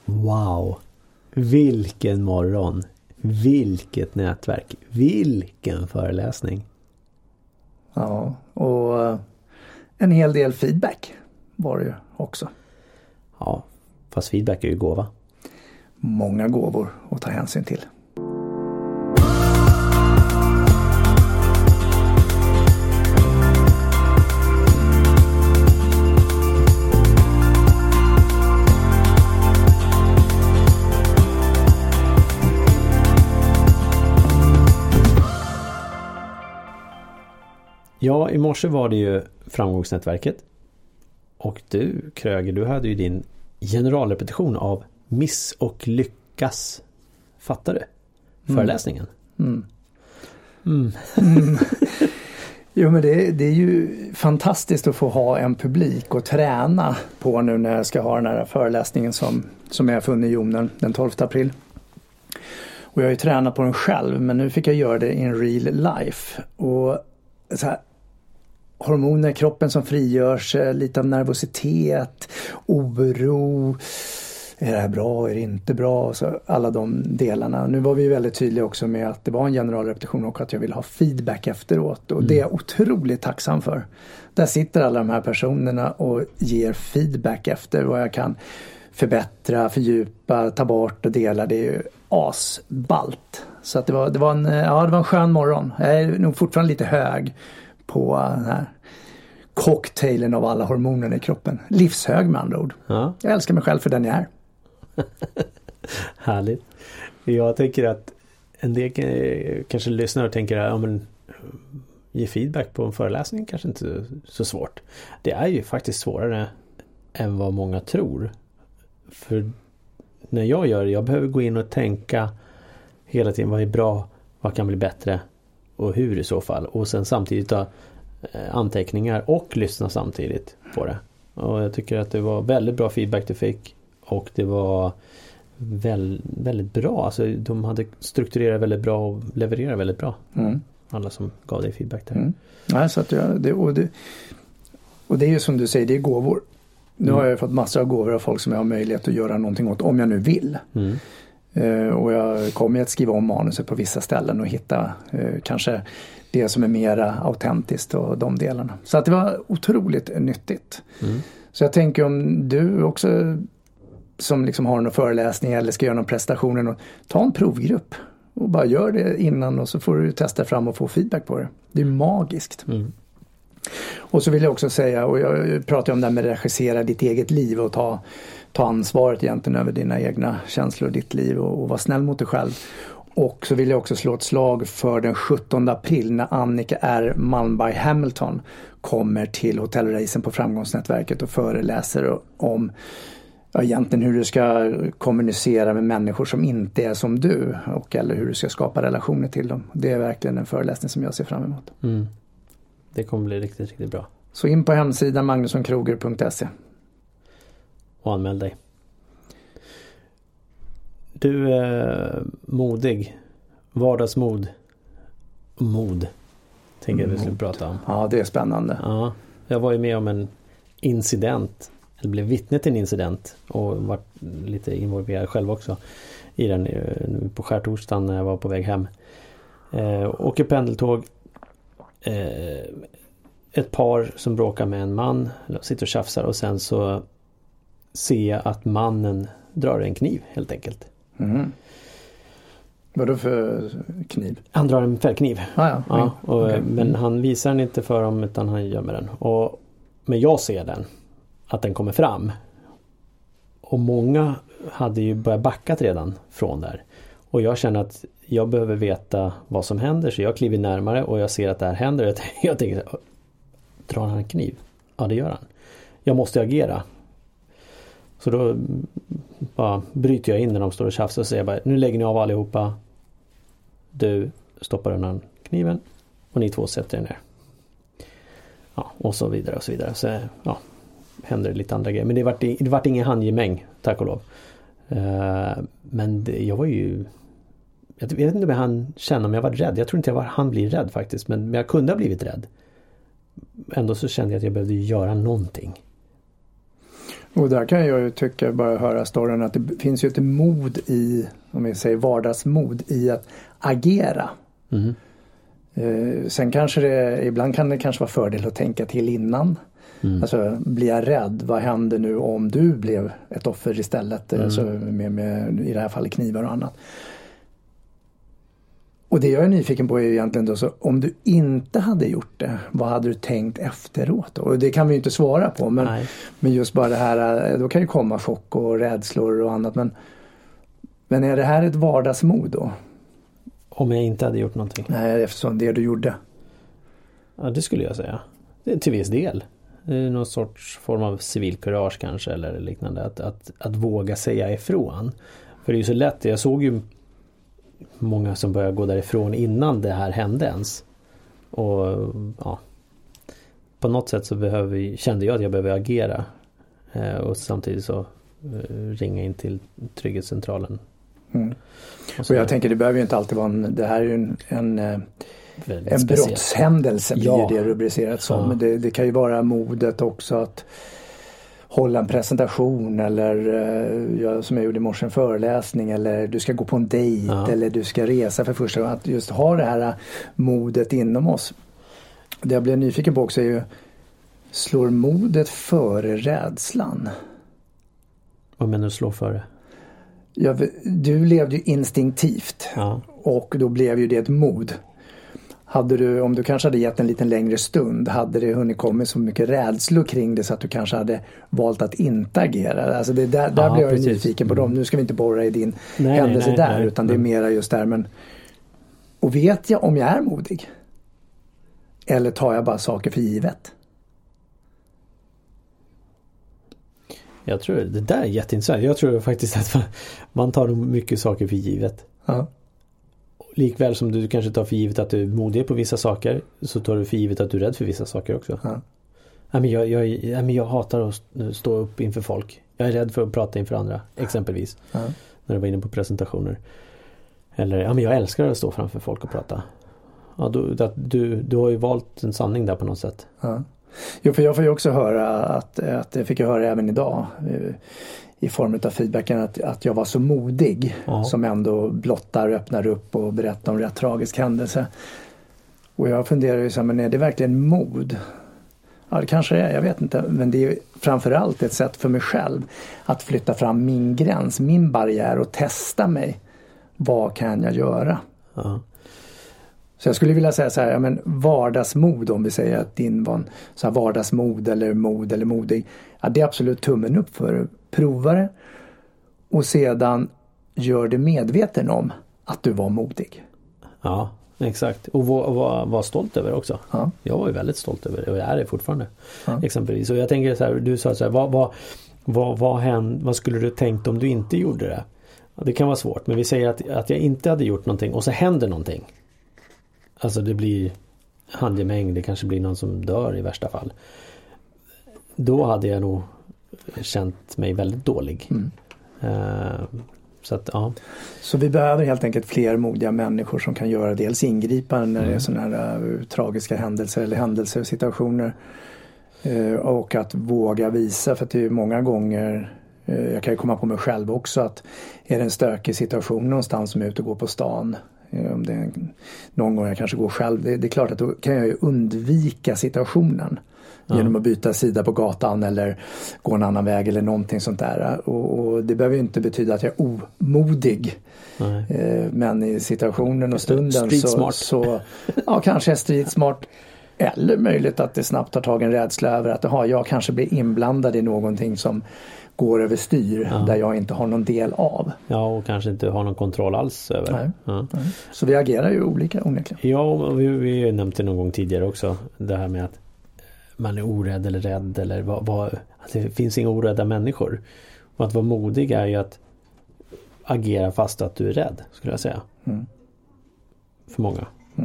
Wow, vilken morgon, vilket nätverk, vilken föreläsning. Ja, och en hel del feedback var det ju också. Ja, fast feedback är ju gåva. Många gåvor att ta hänsyn till. Ja, i morse var det ju Framgångsnätverket. Och du, Kröger, du hade ju din generalrepetition av Miss och lyckas. Fattar du? Föreläsningen. Jo, men det är ju fantastiskt att få ha en publik och träna på nu när jag ska ha den här föreläsningen som jag funnit i Jonen den 12 april. Och jag har ju tränat på den själv, men nu fick jag göra det in real life. Och så här, hormoner i kroppen som frigörs, lite av nervositet, oro, är det här bra, är det inte bra, så alla de delarna. Nu var vi väldigt tydliga också med att det var en generalrepetition och att jag ville ha feedback efteråt, och det är jag otroligt tacksam för. Där sitter alla de här personerna och ger feedback efter vad jag kan förbättra, fördjupa, ta bort och dela. Det är ju asballt. Så att det var en skön morgon. Jag är nog fortfarande lite hög på den här cocktailen av alla hormoner i kroppen. Livshög med andra ord. Ja. Jag älskar mig själv för den jag är. Härligt. Jag tänker att en del kanske lyssnar och tänker att ge feedback på en föreläsning kanske inte så svårt. Det är ju faktiskt svårare än vad många tror. För när jag behöver gå in och tänka hela tiden, vad är bra, vad kan bli bättre och hur i så fall. Och sen samtidigt ta anteckningar och lyssna samtidigt på det. Och jag tycker att det var väldigt bra feedback du fick, och det var väldigt bra. Alltså de hade strukturerat väldigt bra och levererat väldigt bra. Alla som gav dig feedback där. Ja, så att det är ju som du säger, det är gåvor. Nu har jag fått massor av gåvor av folk som jag har möjlighet att göra någonting åt om jag nu vill. Och jag kommer att skriva om manuset på vissa ställen och hitta kanske det som är mera autentiskt och de delarna. Så att det var otroligt nyttigt. Så jag tänker, om du också som liksom har någon föreläsning eller ska göra någon prestation, ta en provgrupp och bara gör det innan, och så får du testa fram och få feedback på det. Det är magiskt. Och så vill jag också säga, och jag pratar om det här med att regissera ditt eget liv och ta ansvaret egentligen över dina egna känslor och ditt liv, och vara snäll mot dig själv. Och så vill jag också slå ett slag för den 17 april när Annika R. Malmberg Hamilton kommer till hotellracen på Framgångsnätverket och föreläser om egentligen hur du ska kommunicera med människor som inte är som du, eller hur du ska skapa relationer till dem. Det är verkligen en föreläsning som jag ser fram emot. Det kommer bli riktigt, riktigt bra. Så in på hemsidan magnussonsonKroger.se och anmäl dig. Du är modig. Vardagsmod. Mod. Tänker jag vi skulle prata om. Ja, det är spännande. Ja, jag var ju med om en incident. Eller blev vittne till en incident. Och var lite involverad själv också. I den på skärtorsdagen när jag var på väg hem. Åker pendeltåg. Ett par som bråkar med en man. Sitter och tjafsar. Och sen så ser jag att mannen drar en kniv helt enkelt. Vadå för kniv? Han drar en fällkniv. Okay. Men han visar den inte för dem, utan han gömmer den. Men jag ser den. Att den kommer fram. Och många hade ju börjat backat redan från där. Och jag känner att jag behöver veta vad som händer. Så jag kliver närmare och jag ser att det här händer. Jag tänker, drar han en kniv? Ja, det gör han. Jag måste agera. Så då bara bryter jag in när de står och tjafsar och säger bara, nu lägger ni av allihopa. Du stoppar undan kniven och ni två sätter er ner. Ja, och så vidare och så vidare. Så händer det lite andra grejer. Men det vart ingen handgemäng, tack och lov. Men jag var ju... Jag vet inte om han kände om jag var rädd. Jag tror inte han blir rädd faktiskt. Men jag kunde ha blivit rädd. Ändå så kände jag att jag behövde göra någonting. Och där kan jag ju tycka, bara höra storyn, att det finns ju ett mod i, om vi säger vardagsmod, i att agera. Mm. Sen kanske ibland kan det kanske vara fördel att tänka till innan. Alltså, blir jag rädd? Vad händer nu om du blev ett offer istället? Alltså, med i det här fallet knivar och annat. Och det jag är nyfiken på är egentligen då, så om du inte hade gjort det, vad hade du tänkt efteråt då? Och det kan vi ju inte svara på, men just bara det här, då kan ju komma chock och rädslor och annat, men är det här ett vardagsmod då? Om jag inte hade gjort någonting? Nej, eftersom det du gjorde. Ja, det skulle jag säga. Till viss del. Någon sorts form av civilkurage kanske, eller liknande. Att våga säga ifrån. För det är ju så lätt, jag såg ju många som började gå därifrån innan det här hände ens. Och ja, på något sätt så kände jag att jag behöver agera. Och samtidigt så ringa in till trygghetscentralen. Och jag tänker, det behöver ju inte alltid vara det här är ju en brottshändelse, blir det rubricerat som. Men det kan ju vara modet också att hålla en presentation, eller som jag gjorde i morse, en föreläsning, eller du ska gå på en dejt, eller du ska resa för första gången. Att just ha det här modet inom oss. Det jag blir nyfiken på också är ju, slår modet före rädslan? Vad menar du slår före? Ja, du levde ju instinktivt och då blev ju det ett mod. Om du kanske hade gett en liten längre stund, hade det hunnit komma så mycket rädslor kring det så att du kanske hade valt att inte agera. Alltså där blir jag ju nyfiken på dem. Nu ska vi inte borra i din händelse utan det är mera just där. Och vet jag om jag är modig? Eller tar jag bara saker för givet? Jag tror det där är jätteintressant. Jag tror faktiskt att man tar mycket saker för givet. Ja. Likväl som du kanske tar för givet att du är modig på vissa saker, så tar du för givet att du är rädd för vissa saker också. Ja. Jag hatar att stå upp inför folk. Jag är rädd för att prata inför andra, exempelvis. Ja. När du var inne på presentationer. Eller, jag älskar att stå framför folk och prata. Ja, du har ju valt en sanning där på något sätt. Ja. Jo, för jag får ju också höra att jag fick höra även idag i form av feedbacken att jag var så modig som ändå blottar, öppnar upp och berättar om rätt tragisk händelse. Och jag funderar ju så här, men är det verkligen mod? Ja, det kanske är, jag vet inte. Men det är framförallt ett sätt för mig själv att flytta fram min gräns, min barriär och testa mig. Vad kan jag göra? Ja. Så jag skulle vilja säga så här, men vardagsmod, om vi säger att din var en så här vardagsmod eller modig. Ja, det är absolut tummen upp för provare. Och sedan gör det medveten om att du var modig. Ja, exakt. Och var stolt över också. Ja. Jag var ju väldigt stolt över det och jag är det fortfarande. Ja. Exempelvis. Och jag tänker så här, du sa så här, vad skulle du tänkt om du inte gjorde det? Ja, det kan vara svårt, men vi säger att jag inte hade gjort någonting och så händer någonting. Alltså det blir handgemäng, det kanske blir någon som dör i värsta fall. Då hade jag nog känt mig väldigt dålig. Så att, ja. Så vi behöver helt enkelt fler modiga människor som kan göra dels ingripande när det är sådana här tragiska händelser eller händelser och situationer. Och att våga visa, för att det är många gånger, jag kan ju komma på mig själv också, att är det en stökig situation någonstans som är ute och går på stan, om det är någon gång jag kanske går själv, det är klart att då kan jag ju undvika situationen genom att byta sida på gatan eller gå en annan väg eller någonting sånt där. Och det behöver ju inte betyda att jag är omodig. Men i situationen och stunden så kanske är street smart, eller möjligt att det snabbt tar tag i en rädsla över att jag kanske blir inblandad i någonting som går över styr där jag inte har någon del av. Ja, och kanske inte har någon kontroll alls över. Nej. Ja. Nej. Så vi agerar ju olika onekligen. Ja, och vi har nämnt det någon gång tidigare också. Det här med att man är orädd eller rädd eller att det finns inga orädda människor. Och att vara modig är ju att agera fast att du är rädd, skulle jag säga. För många.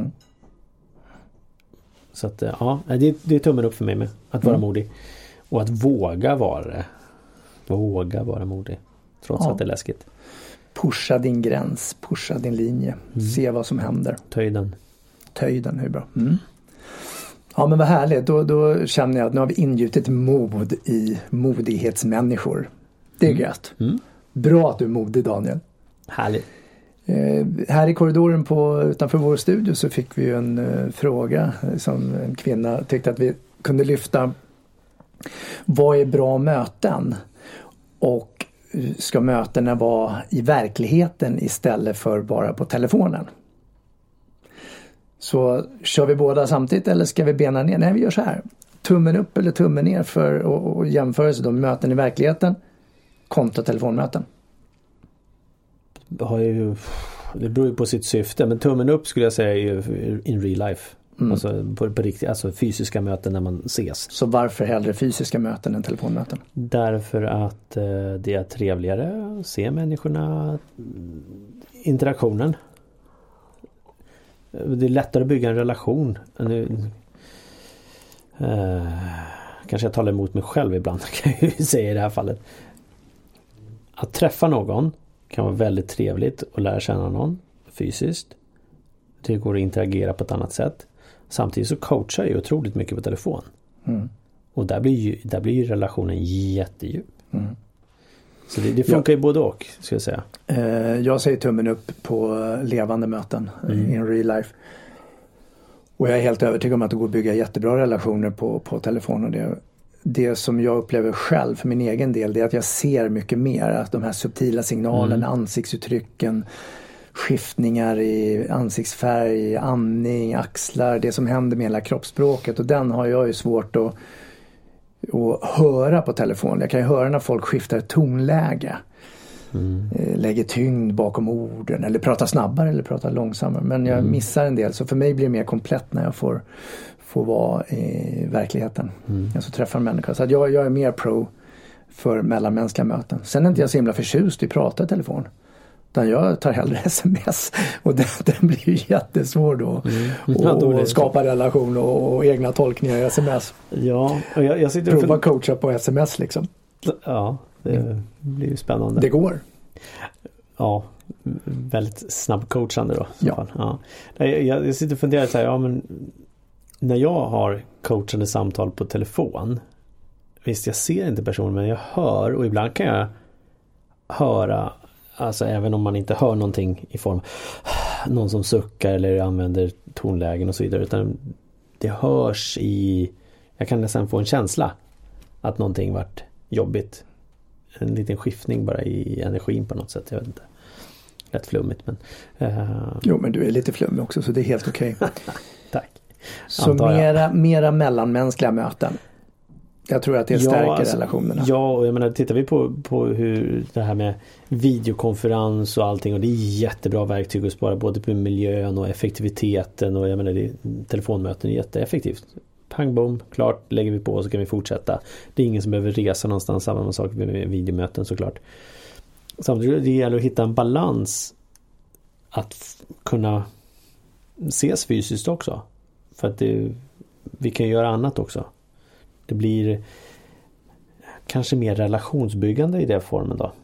Så att det är tummen upp för mig med att vara modig. Och att våga vara det. Våga vara modig. Trots att det är läskigt. Pusha din gräns. Pusha din linje. Se vad som händer. Töj den. Hur bra. Ja, men vad härligt. Då känner jag att nu har vi ingjutit mod i modighetsmänniskor. Det är gött. Bra att du är modig, Daniel. Härligt. Här i korridoren utanför vår studio så fick vi ju en fråga som en kvinna tyckte att vi kunde lyfta. Vad är bra möten? Och ska mötena vara i verkligheten istället för bara på telefonen? Så kör vi båda samtidigt eller ska vi bena ner? Nej, vi gör så här. Tummen upp eller tummen ner för och jämförelse då möten i verkligheten kontra telefonmöten. Det beror ju på sitt syfte, men tummen upp skulle jag säga är ju in real life. Alltså på riktigt, alltså fysiska möten när man ses. Så varför hellre fysiska möten än telefonmöten? Därför att det är trevligare att se människorna, interaktionen. Det är lättare att bygga en relation. Kanske jag talar emot mig själv ibland, kan jag ju säga i det här fallet. Att träffa någon kan vara väldigt trevligt och lära känna någon fysiskt. Det går att interagera på ett annat sätt. Samtidigt så coachar jag ju otroligt mycket på telefon. Och där blir ju relationen jättedjup. Så det funkar ju både och, ska jag säga. Jag säger tummen upp på levande möten in real life. Och jag är helt övertygad om att det går att bygga jättebra relationer på telefon. Och det som jag upplever själv för min egen del, det är att jag ser mycket mer. Att de här subtila signalerna, ansiktsuttrycken, skiftningar i ansiktsfärg, andning, axlar, det som händer med hela kroppsspråket. Och den har jag ju svårt att höra på telefon. Jag kan ju höra när folk skiftar tonläge. Lägger tyngd bakom orden eller pratar snabbare eller pratar långsammare. Men jag missar en del. Så för mig blir det mer komplett när jag får vara i verkligheten. Alltså träffa en människa. Så att jag är mer pro för mellanmänskliga möten. Sen är inte jag så himla förtjust i prata i telefon. Utan jag tar hellre sms. Och den blir ju jättesvår då. Och skapa relation och egna tolkningar i sms. Ja, och jag sitter prova coacha på sms liksom. Ja, det blir ju spännande. Det går. Ja, väldigt snabb coachande då. Ja. Ja. Jag sitter och funderar så här, men när jag har coachande samtal på telefon, visst jag ser inte personen men jag hör, och ibland kan jag höra, alltså även om man inte hör någonting i form någon som suckar eller använder tonlägen och så vidare, utan det hörs jag kan nästan få en känsla att någonting varit jobbigt. En liten skiftning bara i energin på något sätt, jag vet inte. Lätt flummigt, men Jo, men du är lite flummig också, så det är helt okej. Tack. Så mera mellanmänskliga möten. Jag tror att det stärker relationerna. Ja, och jag menar, tittar vi på hur det här med videokonferens och allting, och det är jättebra verktyg att spara både på miljön och effektiviteten, och jag menar, telefonmöten är jätteeffektivt. Pang bom, klart, lägger vi på och så kan vi fortsätta. Det är ingen som behöver resa någonstans, samma sak med videomöten såklart. Samtidigt det gäller att hitta en balans att kunna ses fysiskt också. För att vi kan göra annat också. Det blir kanske mer relationsbyggande i den formen då.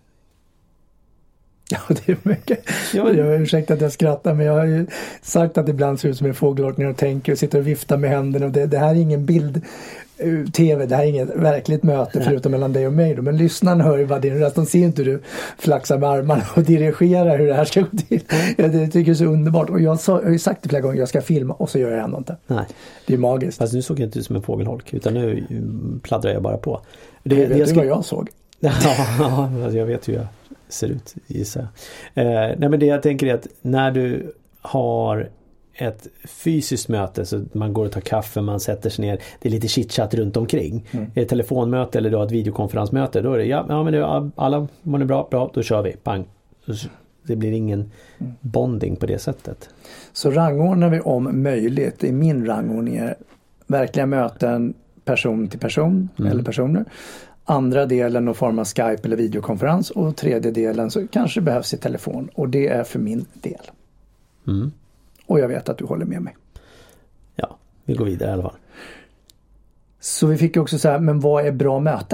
Ja, det är mycket. Jag ursäkta att jag skrattar, men jag har ju sagt att ibland ser ut som en fågelart när jag tänker och sitter och viftar med händerna. Och det här är ingen bild tv, det här är inget verkligt möte förutom mellan dig och mig då. Men lyssnarna hör ju vad din röst, de ser inte hur du flaxar med armarna och dirigerar hur det här ska gå till. Jag tycker det är så underbart. Och jag har ju sagt det flera gånger, jag ska filma och så gör jag ändå inte. Nej. Det är magiskt. Fast nu såg jag inte ut som en fågelholk, utan nu pladdrar jag bara på. Vet du vad jag såg? Ja, jag vet hur jag ser ut, gissar jag. Nej, men det jag tänker är att när du har ett fysiskt möte, så man går och tar kaffe, man sätter sig ner, det är lite chitchat runt omkring. Är det ett telefonmöte eller då ett videokonferensmöte, då är det men alla man är bra, då kör vi, pang. Det blir ingen bonding på det sättet. Så rangordnar vi om möjligt. I min rangordning är verkliga möten person till person eller personer. Andra delen någon form av Skype eller videokonferens, och tredje delen så kanske behövs i telefon, och det är för min del. Och jag vet att du håller med mig. Ja, vi går vidare i alla fall. Så vi fick också säga, men vad är bra möte?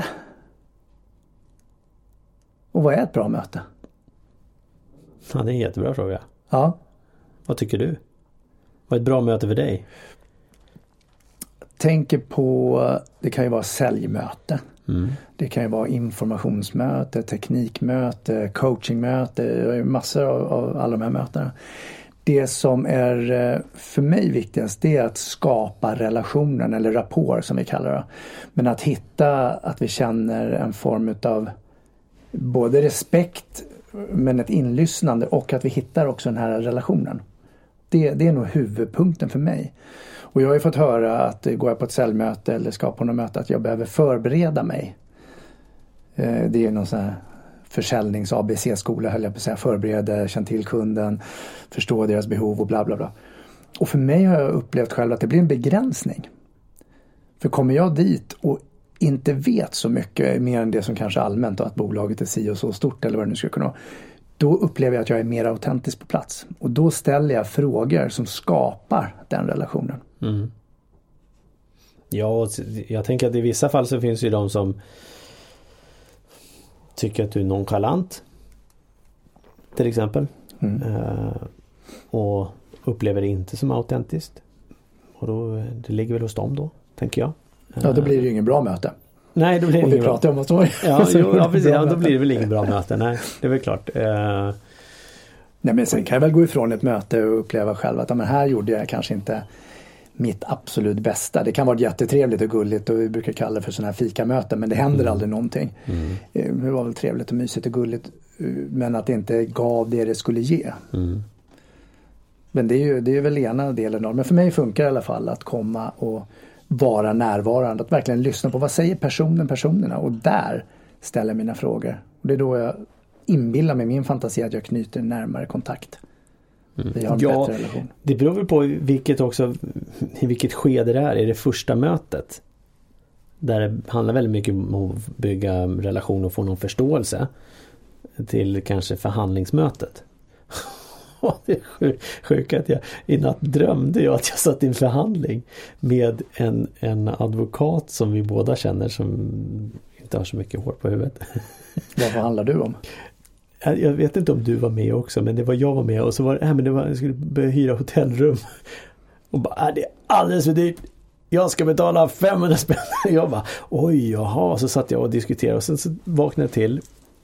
Och vad är ett bra möte? Ja, det är en jättebra fråga. Ja. Vad tycker du? Vad är ett bra möte för dig? tänker på, det kan ju vara säljmöte. Det kan ju vara informationsmöte, teknikmöte, coachingmöte, massor av alla de här mötena. Det som är för mig viktigast, det är att skapa relationen eller rapport som vi kallar det. Men att hitta att vi känner en form av både respekt men ett inlyssnande, och att vi hittar också den här relationen. Det är nog huvudpunkten för mig. Och jag har ju fått höra att går jag på ett säljmöte eller ska på något möte att jag behöver förbereda mig. Det är någon sån här försäljnings-ABC-skola, höll jag på att säga. Förbereda, känna till kunden, förstå deras behov och bla bla bla. Och för mig har jag upplevt själv att det blir en begränsning. För kommer jag dit och inte vet så mycket mer än det som kanske allmänt, att bolaget är si och så stort eller vad det nu ska kunna vara, då upplever jag att jag är mer autentisk på plats. Och då ställer jag frågor som skapar den relationen. Ja, jag tänker att i vissa fall så finns ju de som tycker att du är nonchalant till exempel. Och upplever det inte som autentiskt. Och då, det ligger väl hos dem då, tänker jag. Ja, då blir det ju ingen bra möte. Nej, då blir det inget bra. Om att precis. Ja, då blir det väl ingen bra möte. Nej, det är väl klart. Nej, men sen kan jag väl gå ifrån ett möte och uppleva själv att men här gjorde jag kanske inte mitt absolut bästa. Det kan vara jättetrevligt och gulligt, och vi brukar kalla det för sådana här fikamöten, men det händer aldrig någonting. Det var väl trevligt och mysigt och gulligt, men att det inte gav det skulle ge. Men det är väl ena delen av. Men för mig funkar det i alla fall att komma och vara närvarande, att verkligen lyssna på vad säger personerna, och där ställer jag mina frågor. Och det är då jag inbillar mig min fantasi att jag knyter närmare kontakt. Vi har en bättre relation. Det beror väl på i vilket skede det är. Är det första mötet där det handlar väldigt mycket om att bygga relation och få någon förståelse, till kanske förhandlingsmötet. Det är sjukt att jag i natt drömde jag att jag satt i en förhandling med en advokat som vi båda känner, som inte har så mycket hår på huvudet. Vad handlar du om? Jag vet inte om du var med också, men det var jag var med, och så var det jag skulle börja hyra hotellrum och bara, det är alldeles för dyrt, jag ska betala 500 spänn. Jag bara, oj, jaha, så satt jag och diskuterade, och sen så vaknade jag till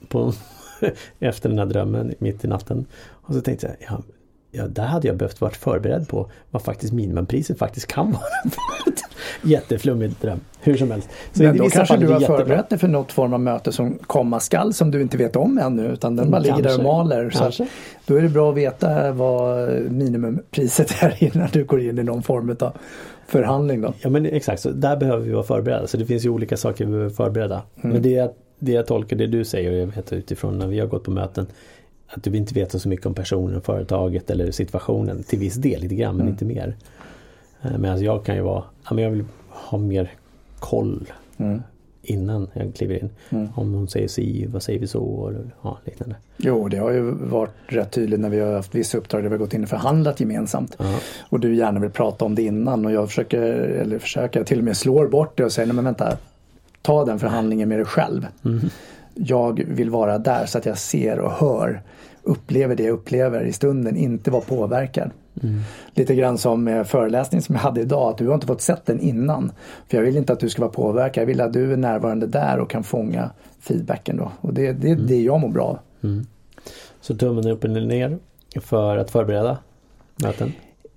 efter den här drömmen mitt i natten, och så tänkte jag, ja, där hade jag behövt varit förberedd på vad faktiskt minimumpriset faktiskt kan vara. Jätteflummig dröm, hur som helst. Så men då kanske du har förberett dig för något form av möte som komma skall, som du inte vet om ännu, utan den bara ligger där och maler. Så då är det bra att veta vad minimumpriset är innan du går in i någon form av förhandling då. Ja, men exakt, så där behöver vi vara förberedda. Så det finns ju olika saker vi behöver förbereda. Men det jag tolkar det du säger, och jag vet utifrån när vi har gått på möten, att du inte vet så mycket om personen, företaget eller situationen, till viss del lite grann, men inte mer. Men alltså jag kan ju vara, jag vill ha mer koll innan jag kliver in. Om hon säger si, vad säger vi så, eller liknande. Jo, det har ju varit rätt tydligt när vi har haft vissa uppdrag där vi har gått in och förhandlat gemensamt. Och du gärna vill prata om det innan, och jag försöker till och med slår bort det och säger, nej men vänta, ta den förhandlingen med dig själv. Jag vill vara där så att jag ser och hör, upplever det jag upplever i stunden, inte vara påverkad. Lite grann som föreläsning som jag hade idag, att du har inte fått sett den innan, för jag vill inte att du ska vara påverkad, jag vill att du är närvarande där och kan fånga feedbacken då, och det är det jag mår bra av. Så tummen upp eller ner för att förbereda möten?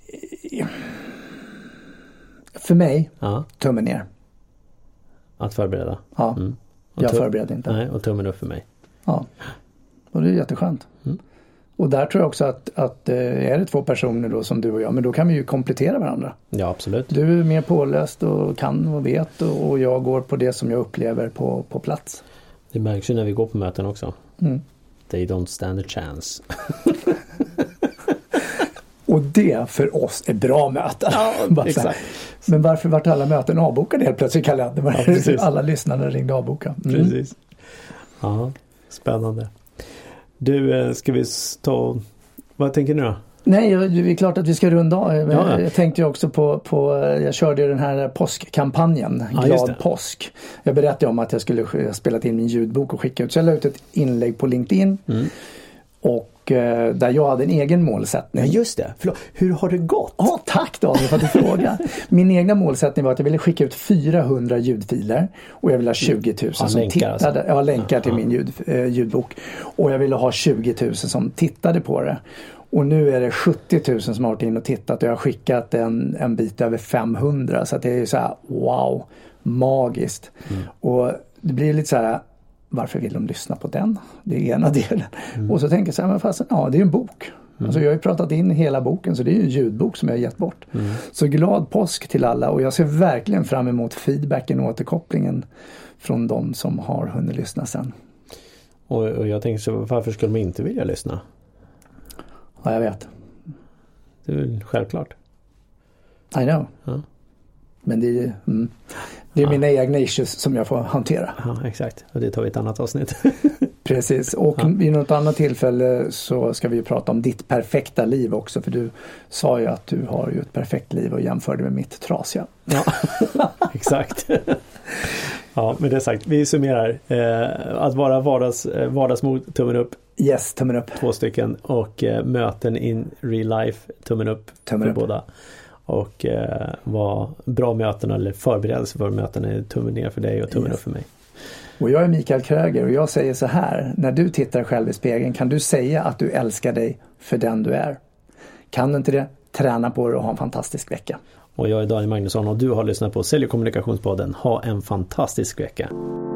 För mig, tummen ner. Att förbereda? Ja, jag förbereder inte. Nej, och tummen upp för mig. Ja, och det är jätteskönt. Och där tror jag också att är det två personer då som du och jag, men då kan vi ju komplettera varandra. Ja, absolut. Du är mer påläst och kan och vet, och jag går på det som jag upplever på plats. Det märks ju när vi går på möten också. They don't stand a chance. Och det för oss är bra möten. Ja, exakt. Men varför vart alla möten avbokade helt plötsligt? Alla lyssnare ringde avboka. Precis. Ja, spännande. Du, ska vi ta... Vad tänker du då? Nej, det är klart att vi ska runda av. Jag tänkte ju också på jag körde ju den här påskkampanjen, Glad påsk. Jag berättade om att jag skulle spela in min ljudbok och skicka ut. Så jag la ut ett inlägg på LinkedIn. Och där jag hade en egen målsättning. Ja, just det. Förlåt. Hur har det gått? Ja, tack Daniel för att du frågar. Min egna målsättning var att jag ville skicka ut 400 ljudfiler och jag ville ha 20 000 som länkar tittade. alltså. Ja, länkar till min ljudbok. Och jag ville ha 20 000 som tittade på det. Och nu är det 70 000 som har varit in och tittat och jag har skickat en bit över 500. Så att det är ju så här, wow, magiskt. Och det blir lite så här, varför vill de lyssna på den? Det är ena delen. Och så tänker jag så här, men fast, ja det är en bok. Alltså jag har ju pratat in hela boken så det är ju en ljudbok som jag har gett bort. Så glad påsk till alla och jag ser verkligen fram emot feedbacken och återkopplingen från de som har hunnit lyssna sen. Och jag tänker så, varför skulle man inte vilja lyssna? Ja, jag vet. Det är väl självklart. I know. Ja. Men det är mina egna issues som jag får hantera. Ja, exakt. Och det tar vi ett annat avsnitt. Precis. Och vid något annat tillfälle så ska vi prata om ditt perfekta liv också. För du sa ju att du har ju ett perfekt liv och jämförde med mitt trasiga. Ja, exakt. Ja, med det sagt. Vi summerar. Att vara vardagsmod, tummen upp. Yes, tummen upp. 2 stycken. Och möten in real life, tummen upp för båda. Och vad bra möten eller förberedelse för möten är tummen ner för dig och tummen upp för mig. Och jag är Mikael Kröger och jag säger så här, när du tittar själv i spegeln kan du säga att du älskar dig för den du är. Kan du inte det, träna på det och ha en fantastisk vecka. Och jag är Daniel Magnusson och du har lyssnat på Sälj- och kommunikationspodden. Ha en fantastisk vecka.